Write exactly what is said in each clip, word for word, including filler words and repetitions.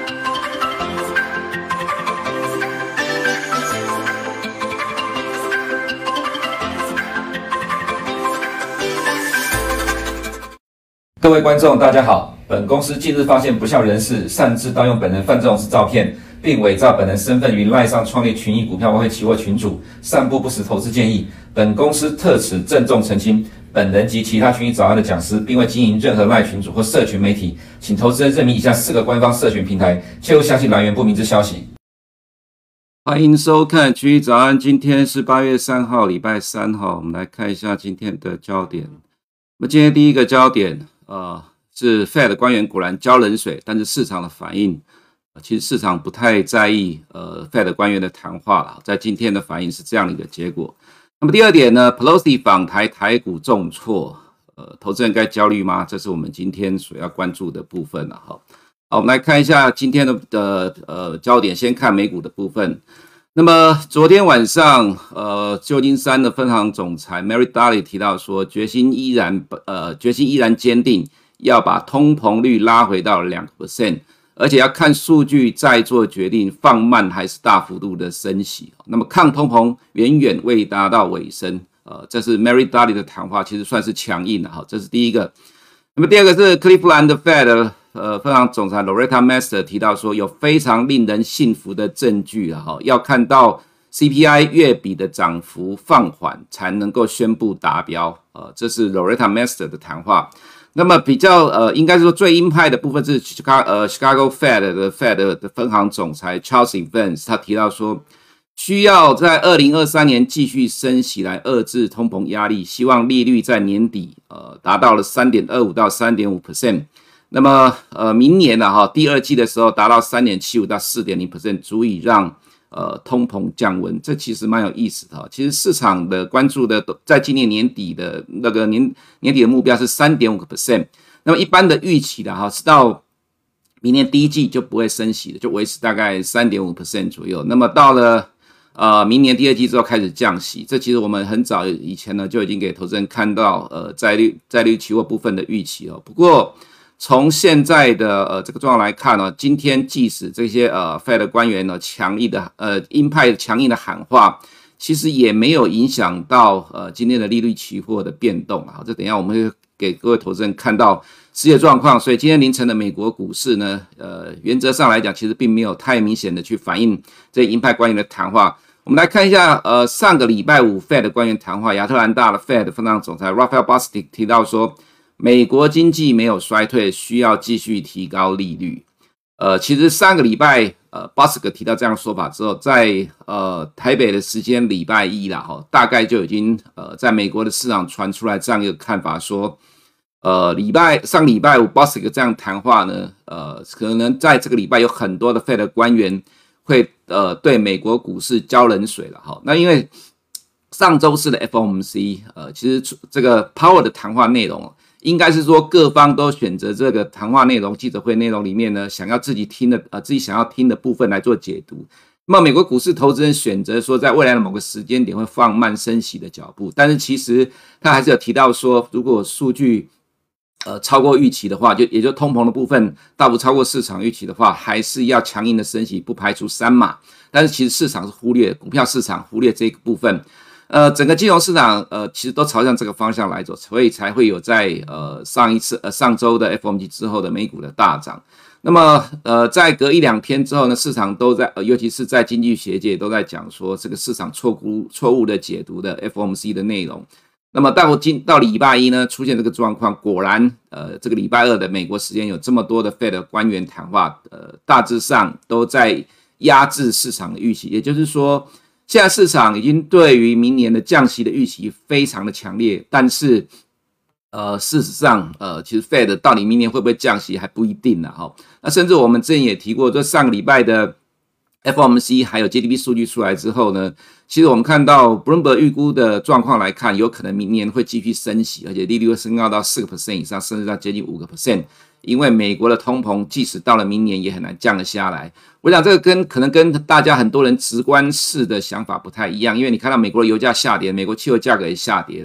各位观众，大家好。本公司近日发现不肖人士擅自盗用本人范仲式照片，并伪造本人身份于 LINE 上创立群益股票外汇期货群组，散布不实投资建议。本公司特此郑重澄清，本人及其他群益早安的讲师，并未经营任何 LINE 群组或社群媒体，请投资人认明以下四个官方社群平台，切勿相信来源不明之消息。 欢迎收看群益早安，今天是八月三号，礼拜三号，我们来看一下今天的焦点。那么今天第一个焦点。呃，是 Fed 官员果然浇冷水，但是市场的反应，呃、其实市场不太在意呃 Fed 官员的谈话了，在今天的反应是这样的一个结果。那么第二点呢 ，Pelosi 访台，台股重挫，呃，投资人该焦虑吗？这是我们今天所要关注的部分了哈。好，我们来看一下今天的的呃焦点，先看美股的部分。那么昨天晚上，呃，旧金山的分行总裁 Mary Daly 提到说，决心依然呃决心依然坚定，要把通膨率拉回到 百分之二， 而且要看数据再做决定，放慢还是大幅度的升息。那么抗通膨远远未达到尾声，呃，这是 Mary Daly 的谈话，其实算是强硬的哈，这是第一个。那么第二个是 Cleveland Fed。呃，分行总裁 Loretta Mester 提到说，有非常令人信服的证据啊，要看到 C P I 月比的涨幅放缓，才能够宣布达标。呃，这是 Loretta Mester 的谈话。那么比较呃，应该是说最鹰派的部分是 Chicago 呃 Chicago Fed 的 Fed 的分行总裁 Charles Evans， 他提到说，需要在二零二三年继续升息来遏制通膨压力，希望利率在年底呃达到了 百分之三点二五 到 百分之三点五。那么，呃，明年呢，哈，第二季的时候达到 百分之三点七五 到 百分之四点零， 足以让呃通膨降温。这其实蛮有意思的哈。其实市场的关注的，在今年年底的那个年年底的目标是 百分之三点五。那么一般的预期的哈，是到明年第一季就不会升息的，就维持大概 百分之三点五 左右。那么到了呃明年第二季之后开始降息，这其实我们很早以前呢就已经给投资人看到呃债率债率期货部分的预期哦。不过从现在的呃这个状况来看呢，今天即使这些呃 Fed 官员呢强硬的呃鹰派强硬的喊话，其实也没有影响到呃今天的利率期货的变动啊。这等一下我们会给各位投资人看到实际的状况。所以今天凌晨的美国股市呢，呃原则上来讲，其实并没有太明显的去反映这鹰派官员的谈话。我们来看一下，呃上个礼拜五 Fed 官员谈话，亚特兰大的 Fed 分行总裁 Raphael Bostic 提到说，美国经济没有衰退，需要继续提高利率。呃，其实上个礼拜，呃 ，Bostic 提到这样的说法之后，在呃台北的时间礼拜一啦，哈，大概就已经呃在美国的市场传出来这样一个看法，说，呃，礼拜上礼拜五 Bostic 这样谈话呢，呃，可能在这个礼拜有很多的 Fed 官员会呃对美国股市浇冷水了，哈。那因为上周四的 F O M C， 呃，其实这个 Powell 的谈话内容。应该是说各方都选择这个谈话内容、记者会内容里面呢，想要自己听的呃自己想要听的部分来做解读。那么美国股市投资人选择说，在未来的某个时间点会放慢升息的脚步，但是其实他还是有提到说，如果数据呃超过预期的话，就也就通膨的部分大幅超过市场预期的话，还是要强硬的升息，不排除三码。但是其实市场是忽略股票市场忽略这个部分。呃，整个金融市场呃，其实都朝向这个方向来走，所以才会有在呃上一次呃上周的 F O M C 之后的美股的大涨。那么呃，在隔一两天之后呢，市场都在呃，尤其是在经济学界都在讲说，这个市场错误错误的解读的 F O M C 的内容。那么到今到礼拜一呢，出现这个状况，果然呃，这个礼拜二的美国时间有这么多的 Fed 官员谈话，呃，大致上都在压制市场的预期，也就是说。现在市场已经对于明年的降息的预期非常的强烈，但是，呃，事实上，呃，其实 Fed 到底明年会不会降息还不一定呢，哈。那甚至我们之前也提过，就上个礼拜的 F O M C 还有 G D P 数据出来之后呢，其实我们看到 Bloomberg 预估的状况来看，有可能明年会继续升息，而且利率会升高到 百分之四 以上，甚至到接近 百分之五。因为美国的通膨即使到了明年也很难降得下来。我想这个跟可能跟大家很多人直观式的想法不太一样，因为你看到美国的油价下跌，美国汽油价格也下跌了，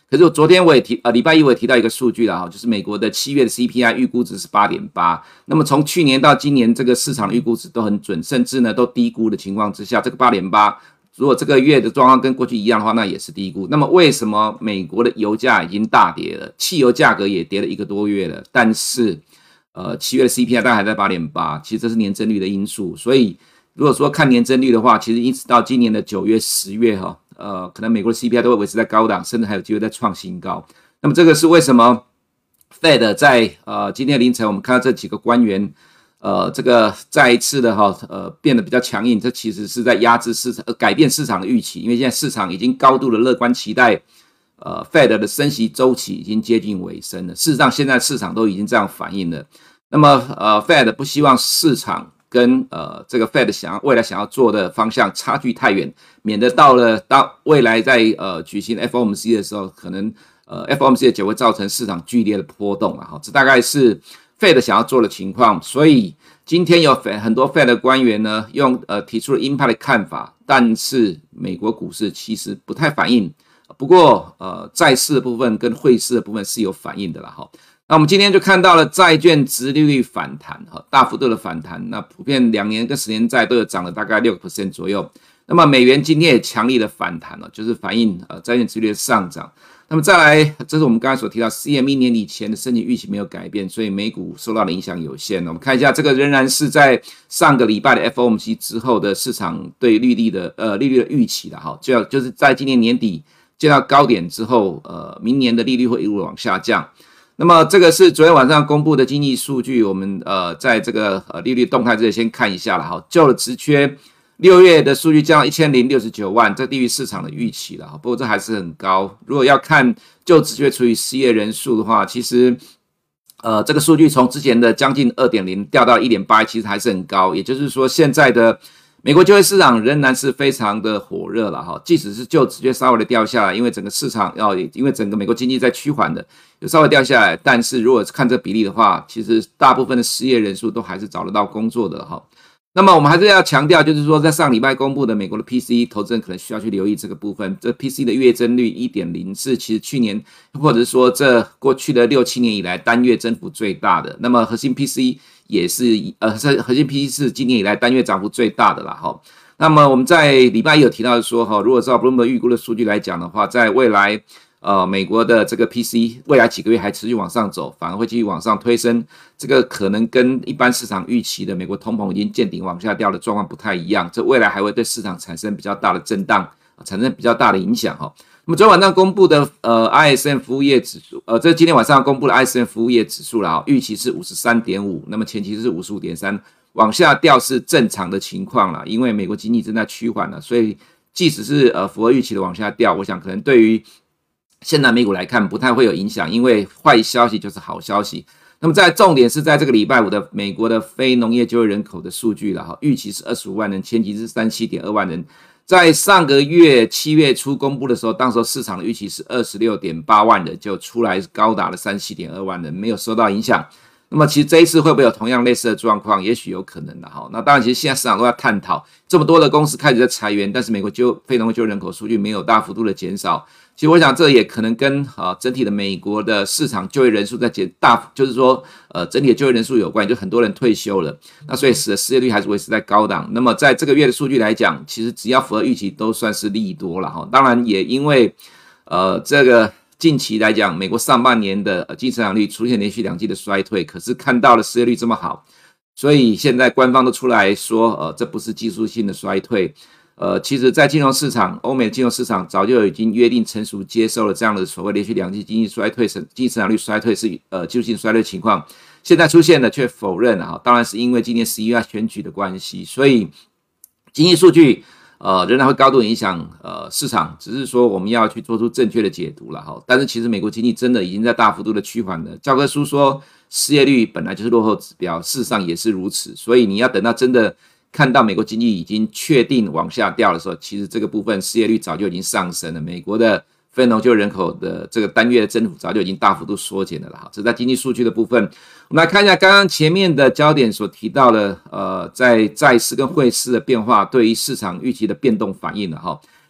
可是我昨天我也提，呃，礼拜一我也提到一个数据了哈，就是美国的七月的 C P I 预估值是 八点八， 那么从去年到今年，这个市场的预估值都很准，甚至呢都低估的情况之下，这个 八点八， 如果这个月的状况跟过去一样的话，那也是低估。那么为什么美国的油价已经大跌了，汽油价格也跌了一个多月了，但是呃七月的 C P I 大概还在 八点八， 其实这是年增率的因素。所以如果说看年增率的话，其实一直到今年的九月、十月哈。呃，可能美国的 C P I 都会维持在高档，甚至还有机会再创新高。那么这个是为什么 Fed 在呃今天凌晨我们看到这几个官员，呃，这个再一次的哈呃变得比较强硬，这其实是在压制市场、呃、改变市场的预期，因为现在市场已经高度的乐观期待，呃 Fed 的升息周期已经接近尾声了。事实上，现在市场都已经这样反应了。那么呃 Fed 不希望市场跟呃这个 Fed 想要未来想要做的方向差距太远，免得到了到未来在呃举行 F O M C 的时候，可能呃 F O M C 的结果会造成市场剧烈的波动啊。这大概是 Fed 想要做的情况。所以今天有很多 Fed 的官员呢，用呃提出了鹰派的看法，但是美国股市其实不太反应。不过呃债市的部分跟汇市的部分是有反应的啦哈。那我们今天就看到了债券殖利率反弹，大幅度的反弹，那普遍两年跟十年债都有涨了大概 百分之六 左右。那么美元今天也强力的反弹了，就是反映呃债券殖利率的上涨。那么再来，这是我们刚才所提到 C M E 年底前的升息预期没有改变，所以美股受到的影响有限。我们看一下，这个仍然是在上个礼拜的 F O M C 之后的市场对利率的呃利率的预期的哈，就要就是在今年年底见到高点之后，呃明年的利率会一路往下降。那么这个是昨天晚上公布的经济数据，我们呃在这个呃利率动态之前先看一下了哈。旧的职缺六月的数据降到一千零六十九万，这低于市场的预期了，不过这还是很高。如果要看旧职缺除以失业人数的话，其实呃这个数据从之前的将近 二点零 掉到 一点八， 其实还是很高。也就是说，现在的美国就业市场仍然是非常的火热了哈，即使是就职缺稍微的掉下来，因为整个市场要、哦、因为整个美国经济在趋缓的，有稍微掉下来，但是如果看这比例的话，其实大部分的失业人数都还是找得到工作的哈。那么我们还是要强调，就是说在上礼拜公布的美国的 P C E， 投资人可能需要去留意这个部分。这 P C E 的月增率 一点零 是其实去年或者说这过去的六七年以来单月增幅最大的。那么核心 P C E 也是呃核心 P C E 是今年以来单月涨幅最大的啦哈。那么我们在礼拜一有提到说哈，如果照 Bloomberg 预估的数据来讲的话，在未来呃，美国的这个 P C E 未来几个月还持续往上走，反而会继续往上推升，这个可能跟一般市场预期的美国通膨已经见顶往下掉的状况不太一样，这未来还会对市场产生比较大的震荡，产生比较大的影响哈。那么昨天晚上公布的呃 I S M 服务业指数，呃，这是今天晚上公布的 I S M 服务业指数啦，预期是 五十三点五， 那么前期是 五十五点三， 往下掉是正常的情况啦，因为美国经济正在趋缓了，所以即使是呃符合预期的往下掉，我想可能对于现在美股来看不太会有影响，因为坏消息就是好消息。那么在重点是在这个礼拜五的美国的非农业就业人口的数据了哈，预期是二十五万人，前期是 三十七点二万人。在上个月七月初公布的时候，当时市场的预期是 二十六点八万人，就出来高达了 三十七点二万人，没有受到影响。那么其实这一次会不会有同样类似的状况？也许有可能的哈。那当然，其实现在市场都在探讨，这么多的公司开始在裁员，但是美国就非农业就业人口数据没有大幅度的减少。其实我想这也可能跟啊整体的美国的市场就业人数在减大，就是说呃整体的就业人数有关，就很多人退休了，那所以使得失业率还是维持在高档。那么在这个月的数据来讲，其实只要符合预期都算是利多了哈。当然也因为呃这个。近期来讲，美国上半年的经济成长率出现连续两季的衰退，可是看到了失业率这么好，所以现在官方都出来说，呃，这不是技术性的衰退。呃，其实，在金融市场，欧美的金融市场早就已经约定成熟接受了这样的所谓连续两季经济衰退、经济成长率衰退是呃技术性衰退情况，现在出现了却否认了哈，当然是因为今年十一月选举的关系，所以经济数据。呃，仍然会高度影响呃市场，只是说我们要去做出正确的解读了哈。但是其实美国经济真的已经在大幅度的趋缓了。教科书说失业率本来就是落后指标，事实上也是如此。所以你要等到真的看到美国经济已经确定往下掉的时候，其实这个部分失业率早就已经上升了。美国的非农就业人口的这个单月的增幅早就已经大幅度缩减了啦。这是在经济数据的部分，我们来看一下刚刚前面的焦点所提到的，呃，在债市跟汇市的变化对于市场预期的变动反应了哈。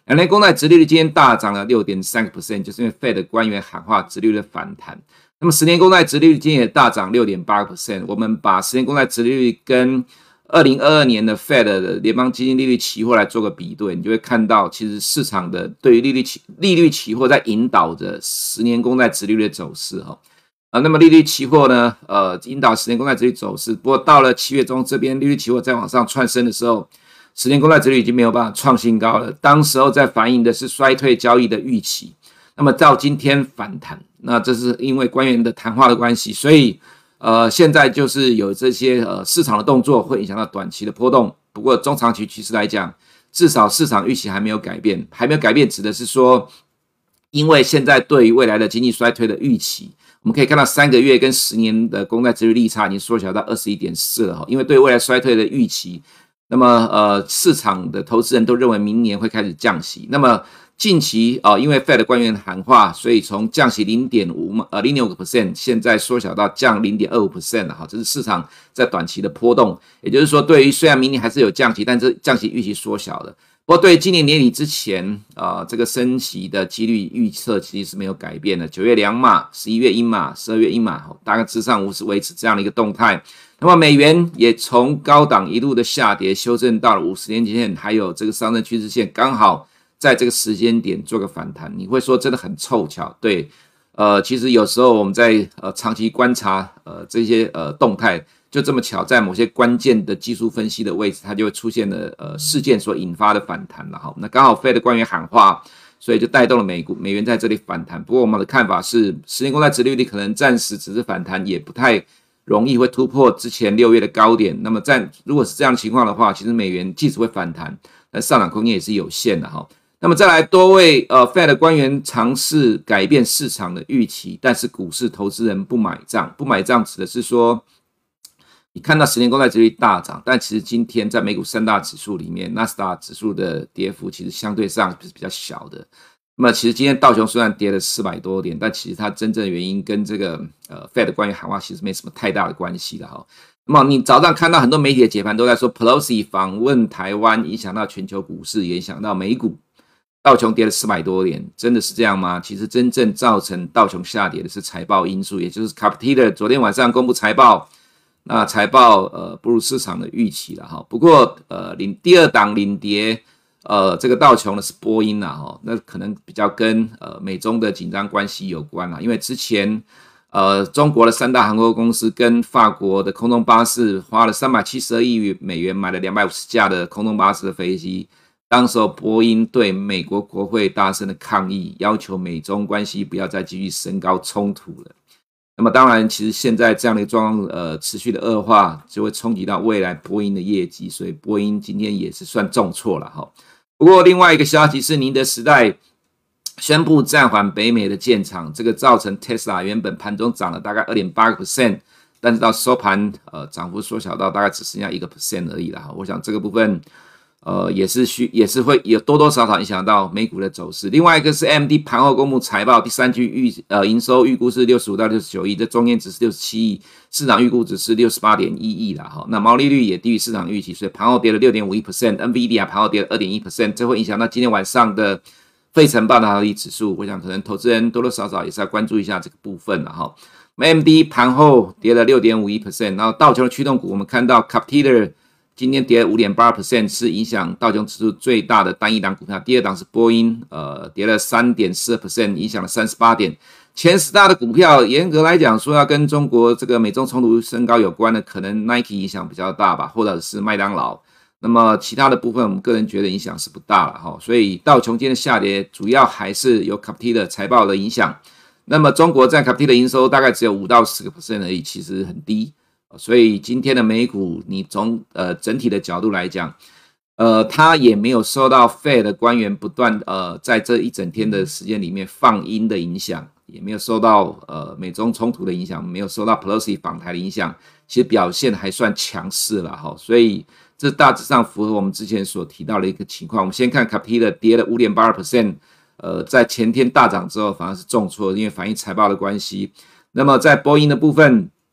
两年公债殖利率今天大涨了 百分之六点三， 就是因为 Fed 官员喊话殖利率的反弹。那么十年公债殖利率今天也大涨 百分之六点八， 我们把十年公债殖利率跟二零二二年的 Fed 的联邦基金利率期货来做个比对，你就会看到其实市场的对于利率期利率期货在引导着十年公债殖利率的走势哈。啊，那么利率期货呢，呃，引导十年公债殖利率走势。不过到了七月中这边利率期货再往上窜升的时候，十年公债殖利率已经没有办法创新高了。当时候在反映的是衰退交易的预期，那么到今天反弹，那这是因为官员的谈话的关系，所以呃，现在就是有这些呃市场的动作会影响到短期的波动。不过中长期趋势来讲，至少市场预期还没有改变，还没有改变指的是说，因为现在对于未来的经济衰退的预期。我们可以看到三个月跟十年的公债殖利率利差已经缩小到 二十一点四 了，因为对未来衰退的预期，那么呃市场的投资人都认为明年会开始降息。那么近期呃因为 Fed 官员喊话，所以从降息 零点五 呃 零点五 个百分点， 现在缩小到降 零点二五 了哈，这是市场在短期的波动。也就是说，对于虽然明年还是有降息，但是降息预期缩小了。不过对今年年底之前，呃，这个升息的几率预测其实是没有改变的。九月两码，十一月一码，十二月一码，大概之上无是维持这样的一个动态。那么美元也从高档一路的下跌，修正到了五十年线，还有这个上升趋势线，刚好在这个时间点做个反弹。你会说真的很凑巧，对？呃，其实有时候我们在呃长期观察呃这些呃动态。就这么巧，在某些关键的技术分析的位置，它就会出现了呃事件所引发的反弹了哈。那刚好 Fed 的官员喊话，所以就带动了美股美元在这里反弹。不过我们的看法是，十年公债殖利率可能暂时只是反弹，也不太容易会突破之前六月的高点。那么在如果是这样的情况的话，其实美元即使会反弹，但上涨空间也是有限的哈。那么再来，多位呃 Fed 的官员尝试改变市场的预期，但是股市投资人不买账，不买账指的是说。你看到十年公债殖利率大涨，但其实今天在美股三大指数里面，纳斯达克指数的跌幅其实相对上是比较小的。那么其实今天道琼虽然跌了四百多点，但其实它真正的原因跟这个呃 Fed 官员喊话其实没什么太大的关系的哈。那么你早上看到很多媒体的解盘都在说 Pelosi 访问台湾影响到全球股市，也影响到美股，道琼跌了四百多点，真的是这样吗？其实真正造成道琼下跌的是财报因素，也就是 Capitol 昨天晚上公布财报。那财报呃不如市场的预期了哈，不过呃领第二档领跌呃这个道琼的是波音啦哈，那可能比较跟呃美中的紧张关系有关啦，因为之前呃中国的三大航空公司跟法国的空中巴士花了三百七十二亿美元买了两百五十架的空中巴士的飞机，当时候波音对美国国会大声的抗议，要求美中关系不要再继续升高冲突了。那么当然，其实现在这样的一个状况，呃，持续的恶化，就会冲击到未来波音的业绩，所以波音今天也是算重挫了哈。不过另外一个消息是，宁德时代宣布暂缓北美的建厂，这个造成 Tesla 原本盘中涨了大概 二点八个百分点，但是到收盘，呃，涨幅缩小到大概只剩下一个 percent 而已了哈。我想这个部分。呃，也是需也是会有多多少少影响到美股的走势。另外一个是 A M D 盘后公布财报，第三季预呃营收预估是六十五到六十九亿，这中间值是六十七亿，市场预估值是 六十八点一亿啦哈。那毛利率也低于市场预期，所以盘后跌了 六点五一百分点 ，NVIDIA 盘後跌了 二点一百分点，这会影响到今天晚上的费城半导体指数。我想可能投资人多多少少也是要关注一下这个部分啦哈。A M D 盘后跌了 六点五一百分点，然后道琼的驱动股我们看到 Capitol今天跌了 五点八百分点， 是影响道琼指数最大的单一档股票。第二档是波音，呃，跌了 三点四百分点， 影响了三十八点。前十大的股票，严格来讲说要跟中国这个美中冲突升高有关的，可能 Nike 影响比较大吧，或者是麦当劳。那么其他的部分，我们个人觉得影响是不大了哈。所以道琼今天的下跌，主要还是有 Capitol 的财报的影响。那么中国占 Capitol 的营收大概只有五到十个 percent 而已，其实很低。所以今天的美股，你从呃整体的角度来讲，呃，它也没有受到 Fed 的官员不断呃在这一整天的时间里面放鹰的影响，也没有受到呃美中冲突的影响，没有受到 Pelosi 访台的影响，其实表现还算强势了哈。所以这大致上符合我们之前所提到的一个情况。我们先看 Capitol 跌了 五点八百分点，呃，在前天大涨之后反而是重挫，因为反映财报的关系。那么在波音的部分。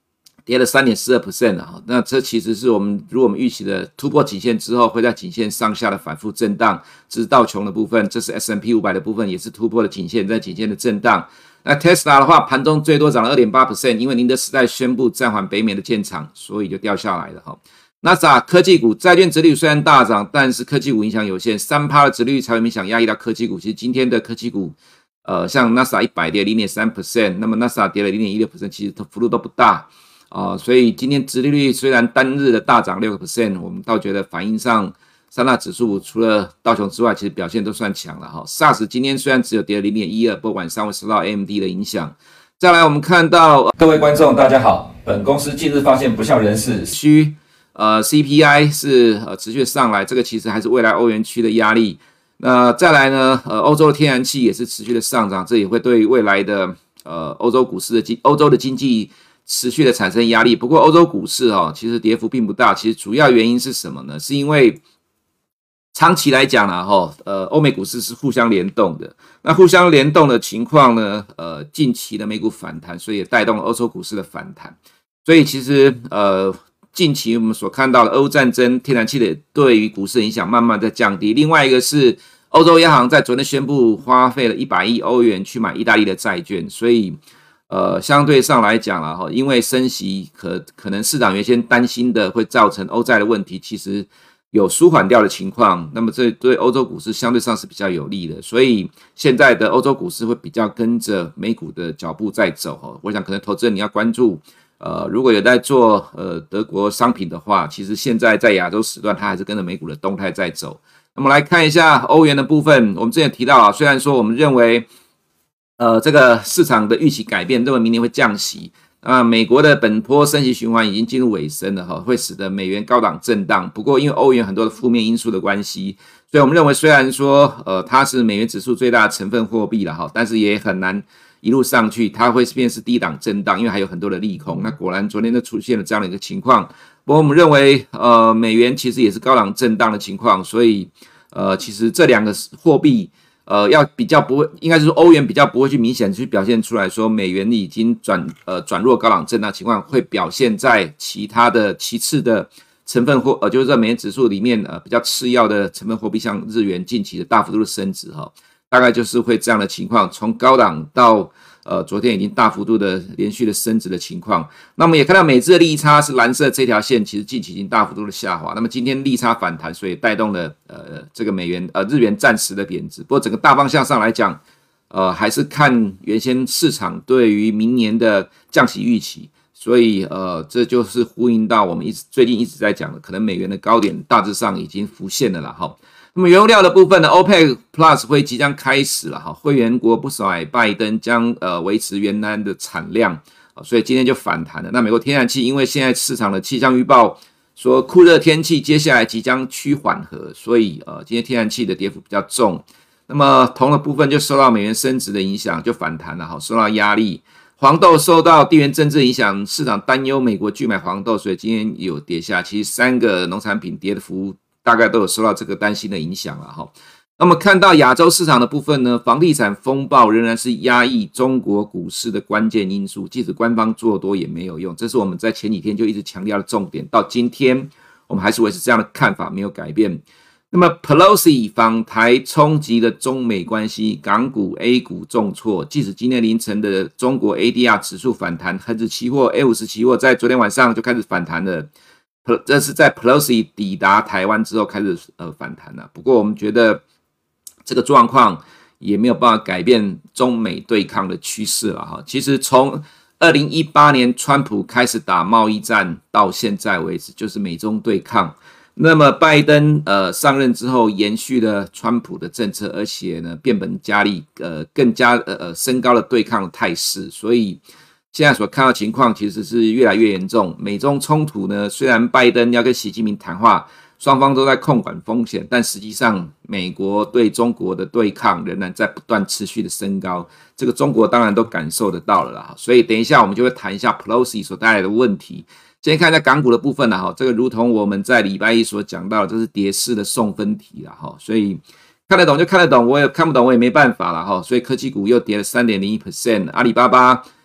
跌了 百分之三点四二 啊，那这其实是我们如果我们预期的突破颈线之后，会在颈线上下的反复震荡，这是道琼的部分，这是 S and P 五百 的部分，也是突破了颈线，在颈线的震荡。那 Tesla 的话，盘中最多涨了 百分之二点八， 因为宁德时代宣布暂缓北美的建厂，所以就掉下来了哈。纳斯达克科技股债券殖利率虽然大涨，但是科技股影响有限， 百分之三 的殖利率才会影响压抑到科技股。其实今天的科技股呃，像纳斯达克一百跌 百分之零点三， 那么纳斯达克跌了 百分之零点一六， 其实幅度都不大。啊、呃，所以今天殖利率虽然单日的大涨 百分之六， 我们倒觉得反映上三大指数除了道琼之外，其实表现都算强了哈。S A R S 今天虽然只有跌了 零点一二， 不过晚上会受到 A M D 的影响。再来，我们看到各位观众大家好，本公司近日发现不肖人士需呃 C P I 是呃持续上来，这个其实还是未来欧元区的压力。那再来呢，呃，欧洲的天然气也是持续的上涨，这也会对未来的呃欧洲股市的经欧洲的经济持续的产生压力。不过欧洲股市哈、哦，其实跌幅并不大。其实主要原因是什么呢？是因为长期来讲啦，哈，呃，欧美股市是互相联动的。那互相联动的情况呢，呃，近期的美股反弹，所以也带动了欧洲股市的反弹。所以其实呃，近期我们所看到的欧战争、天然气的对于股市的影响慢慢在降低。另外一个是欧洲央行在昨天宣布花费了一百亿欧元去买意大利的债券，所以。呃，相对上来讲啦，因为升息可可能市场原先担心的会造成欧债的问题，其实有舒缓掉的情况，那么这对欧洲股市相对上是比较有利的，所以现在的欧洲股市会比较跟着美股的脚步在走。我想可能投资人你要关注，呃，如果有在做呃德国商品的话，其实现在在亚洲时段它还是跟着美股的动态在走。那么来看一下欧元的部分，我们之前提到啊，虽然说我们认为。呃，这个市场的预期改变，认为明年会降息。啊，美国的本波升息循环已经进入尾声了哈，会使得美元高档震荡。不过，因为欧元很多的负面因素的关系，所以我们认为虽然说呃它是美元指数最大的成分货币了哈，但是也很难一路上去，它会变是低档震荡，因为还有很多的利空。那果然昨天就出现了这样的一个情况。不过我们认为呃美元其实也是高档震荡的情况，所以呃其实这两个货币。呃，要比较不会，应该是说欧元比较不会去明显去表现出来说美元已经转呃转弱高档震荡情况，会表现在其他的其次的成分货呃，就是在美元指数里面呃比较次要的成分货币，像日元近期的大幅度的升值哈，大概就是会这样的情况，从高档到呃昨天已经大幅度的连续的升值的情况。那我们也看到美资的利差是蓝色这条线，其实近期已经大幅度的下滑。那么今天利差反弹，所以带动了呃这个美元呃日元暂时的贬值。不过整个大方向上来讲，呃还是看原先市场对于明年的降息预期。所以呃这就是呼应到我们一直最近一直在讲的，可能美元的高点大致上已经浮现了啦哈。那么原油料的部分呢 ，OPEC Plus 会即将开始了哈，会员国不甩拜登将呃维持原来的产量，所以今天就反弹了。那美国天然气因为现在市场的气象预报说酷热天气接下来即将趋缓和，所以呃今天天然气的跌幅比较重。那么铜的部分就受到美元升值的影响，就反弹了哈，受到压力。黄豆受到地缘政治影响，市场担忧美国拒买黄豆，所以今天有跌下。其实三个农产品跌的幅大概都有受到这个担心的影响了哈。那么看到亚洲市场的部分呢，房地产风暴仍然是压抑中国股市的关键因素，即使官方做多也没有用，这是我们在前几天就一直强调的重点。到今天我们还是维持这样的看法，没有改变。那么 Pelosi 访台冲击了中美关系，港股 A 股重挫，即使今天凌晨的中国 A D R 指数反弹，恒指期货 A 五十 期货在昨天晚上就开始反弹了。这是在 Pelosi 抵达台湾之后开始呃反弹了。不过我们觉得这个状况也没有办法改变中美对抗的趋势了哈。其实从二零一八年川普开始打贸易战到现在为止，就是美中对抗。那么拜登呃上任之后延续了川普的政策，而且呢变本加厉，呃更加呃呃升高了对抗的态势，所以现在所看到的情况其实是越来越严重。美中冲突呢，虽然拜登要跟习近平谈话，双方都在控管风险，但实际上美国对中国的对抗仍然在不断持续的升高，这个中国当然都感受得到了啦。所以等一下我们就会谈一下 Pelosi 所带来的问题。先看一下港股的部分啦，这个如同我们在礼拜一所讲到的，这是跌势的送分题啦，所以看得懂就看得懂，我也看不懂我也没办法啦，所以科技股又跌了 百分之三点零一， 阿里巴巴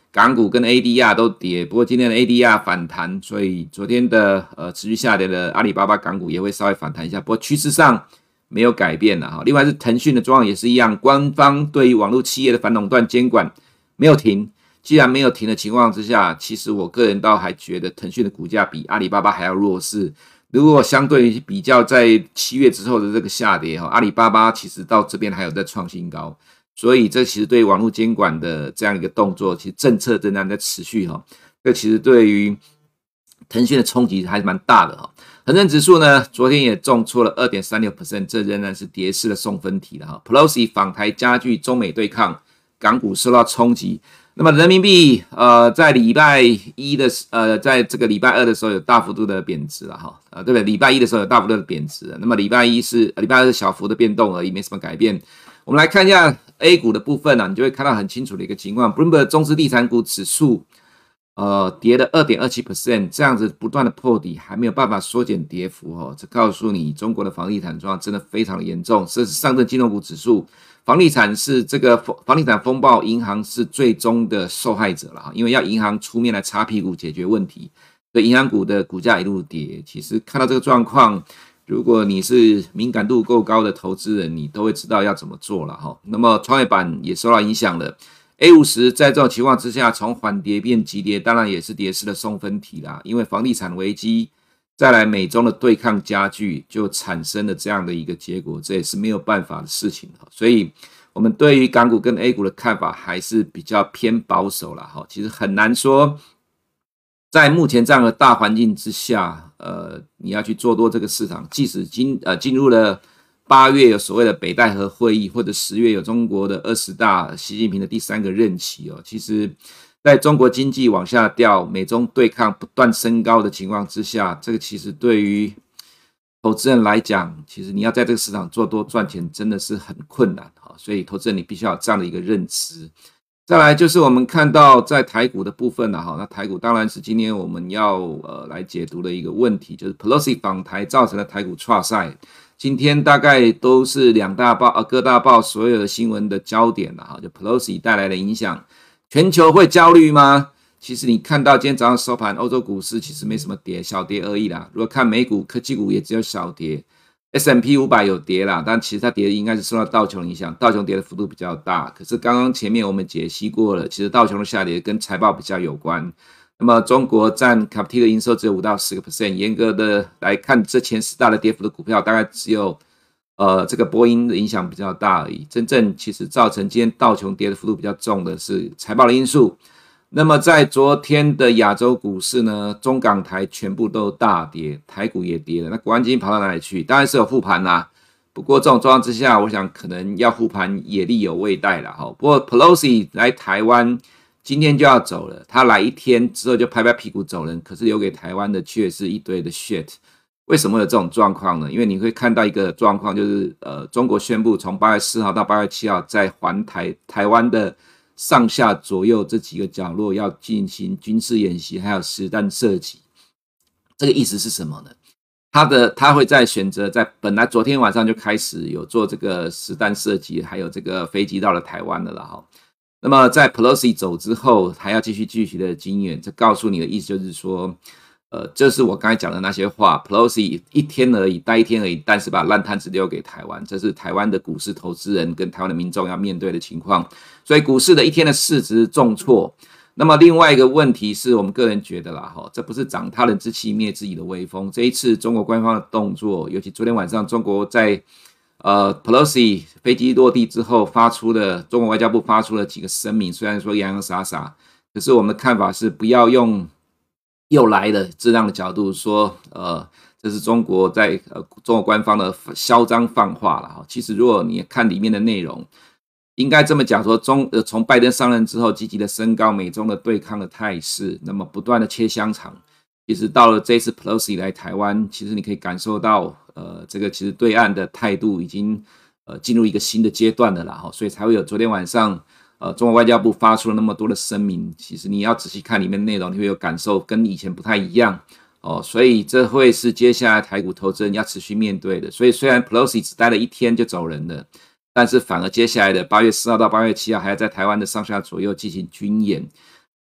港股跟 A D R 都跌，不过今天的 A D R 反弹，所以昨天的呃持续下跌的阿里巴巴港股也会稍微反弹一下，不过趋势上没有改变了哈。另外是腾讯的状况也是一样，官方对于网络企业的反垄断监管没有停，既然没有停的情况之下，其实我个人倒还觉得腾讯的股价比阿里巴巴还要弱势。如果相对于比较在七月之后的这个下跌，阿里巴巴其实到这边还有在创新高。所以这其实对网络监管的这样一个动作，其实政策仍然在持续哈。这其实对于腾讯的冲击还是蛮大的哈。恒生指数呢，昨天也重挫了 百分之二点三六， 这仍然是跌势的送分题了哈。Pelosi 访台加剧中美对抗，港股受到冲击。那么人民币呃在礼拜一的呃在这个礼拜二的时候有大幅度的贬值了哈，呃对不对？礼拜一的时候有大幅度的贬值，那么礼拜一是礼拜二是小幅的变动而已，没什么改变。我们来看一下 A 股的部分啊，你就会看到很清楚的一个情况 ，Bloomberg 中资地产股指数，呃，跌了 百分之二点二七， 这样子不断的破底，还没有办法缩减跌幅哦。这告诉你，中国的房地产状况真的非常的严重。这是上证金融股指数，房地产是这个房地产风暴，银行是最终的受害者了哈，因为要银行出面来擦屁股解决问题，所以银行股的股价一路跌。其实看到这个状况，如果你是敏感度够高的投资人，你都会知道要怎么做了哈。那么创业板也受到影响了 ，A 五十 在这种情况之下，从缓跌变急跌，当然也是跌势的送分题啦。因为房地产危机，再来美中的对抗加剧，就产生了这样的一个结果，这也是没有办法的事情。所以，我们对于港股跟 A 股的看法还是比较偏保守啦哈。其实很难说。在目前这样的大环境之下，呃，你要去做多这个市场，即使进呃进入了八月有所谓的北戴河会议，或者十月有中国的二十大，习近平的第三个任期哦，其实在中国经济往下掉，美中对抗不断升高的情况之下，这个其实对于投资人来讲，其实你要在这个市场做多赚钱真的是很困难哈，所以投资人你必须要有这样的一个认知。再来就是我们看到在台股的部分了哈，那台股当然是今天我们要呃来解读的一个问题，就是 Pelosi 访台造成的台股挫赛，今天大概都是两大报呃各大报所有的新闻的焦点了哈，就 Pelosi 带来的影响，全球会焦虑吗？其实你看到今天早上收盘，欧洲股市其实没什么跌，小跌而已啦。如果看美股，科技股也只有小跌。S and P 五百 有跌啦，但其实它跌的应该是受到道琼影响，道琼跌的幅度比较大。可是刚刚前面我们解析过了，其实道琼的下跌跟财报比较有关。那么中国占 C A P T 的营收只有 百分之五到十， 严格的来看，这前十大的跌幅的股票大概只有呃这个波音的影响比较大而已。真正其实造成今天道琼跌的幅度比较重的是财报的因素。那么在昨天的亚洲股市呢，中港台全部都大跌，台股也跌了。那国安基金跑到哪里去？当然是有护盘啦。不过这种状况之下，我想可能要护盘也力有未逮啦。不过 Pelosi 来台湾今天就要走了，他来一天之后就拍拍屁股走人，可是留给台湾的却是一堆的 shit。为什么有这种状况呢？因为你会看到一个状况，就是呃，中国宣布从八月四号到八月七号在环台台湾的上下左右这几个角落要进行军事演习，还有实弹射击。这个意思是什么呢？他的他会在选择在本来昨天晚上就开始有做这个实弹射击，还有这个飞机到了台湾了啦哈。那么在 Pelosi 走之后，还要继续继续的经验，这告诉你的意思就是说，呃，这是我刚才讲的那些话 ，Pelosi 一天而已，待一天而已，但是把烂摊子留给台湾，这是台湾的股市投资人跟台湾的民众要面对的情况。所以股市的一天的市值重挫。那么另外一个问题是我们个人觉得啦，这不是长他人之气灭自己的威风。这一次中国官方的动作，尤其昨天晚上中国在呃 Pelosi 飞机落地之后发出了，中国外交部发出了几个声明，虽然说洋洋洒洒，可是我们的看法是不要用又来的这样的角度说，呃，这是中国在呃中国官方的嚣张放话了。其实如果你看里面的内容，应该这么讲说，中呃从拜登上任之后，积极的升高美中的对抗的态势，那么不断的切香肠。其实到了这一次 Pelosi 来台湾，其实你可以感受到，呃，这个其实对岸的态度已经呃进入一个新的阶段了啦，所以才会有昨天晚上呃中国外交部发出了那么多的声明。其实你要仔细看里面内容，你会有感受跟以前不太一样哦，所以这会是接下来台股投资人要持续面对的。所以虽然 Pelosi 只待了一天就走人了，但是反而接下来的八月四号到八月七号还要在台湾的上下左右进行军演。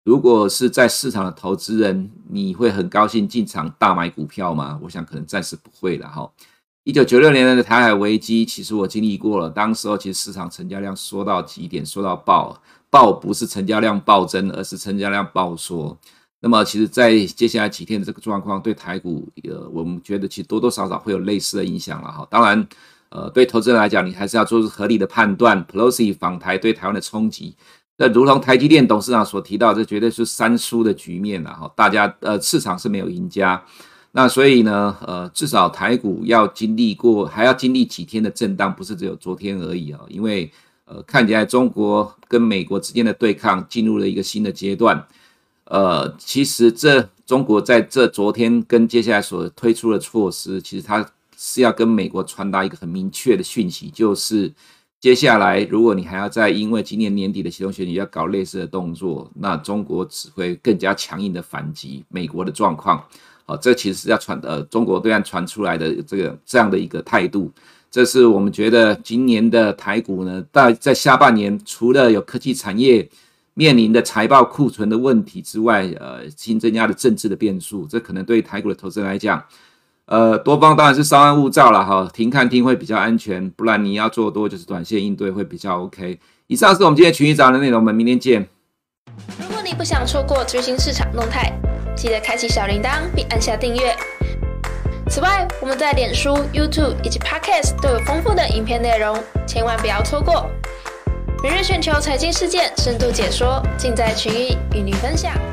如果是在市场的投资人，你会很高兴进场大买股票吗？我想可能暂时不会了哈。一九九六年的台海危机，其实我经历过了。当时候其实市场成交量缩到极点，缩到爆，爆不是成交量暴增，而是成交量暴缩。那么其实在接下来几天的这个状况，对台股，呃，我们觉得其实多多少少会有类似的影响了哈。当然，呃，对投资人来讲，你还是要做出合理的判断。Pelosi 访台对台湾的冲击，那如同台积电董事长所提到，这绝对是三输的局面了哈。大家呃市场是没有赢家。那所以呢，呃，至少台股要经历过，还要经历几天的震荡，不是只有昨天而已啊。因为呃，看起来中国跟美国之间的对抗进入了一个新的阶段。呃，其实这中国在这昨天跟接下来所推出的措施，其实它是要跟美国传达一个很明确的讯息，就是接下来如果你还要再因为今年年底的期中选举要搞类似的动作，那中国只会更加强硬的反击美国的状况。哦，这其实是要传呃中国对岸传出来的这个这样的一个态度，这是我们觉得今年的台股呢，在在下半年除了有科技产业面临的财报库存的问题之外，呃，新增加的政治的变数，这可能对台股的投资人来讲，呃，多方当然是稍安勿躁啦哈，停看听会比较安全，不然你要做多就是短线应对会比较 OK。以上是我们今天群益早的内容，我们明天见。 如果你不想错过最新市场动态，记得开启小铃铛并按下订阅。此外，我们在脸书、YouTube 以及 Podcast 都有丰富的影片内容，千万不要错过。每日全球财经事件深度解说，尽在群益与你分享。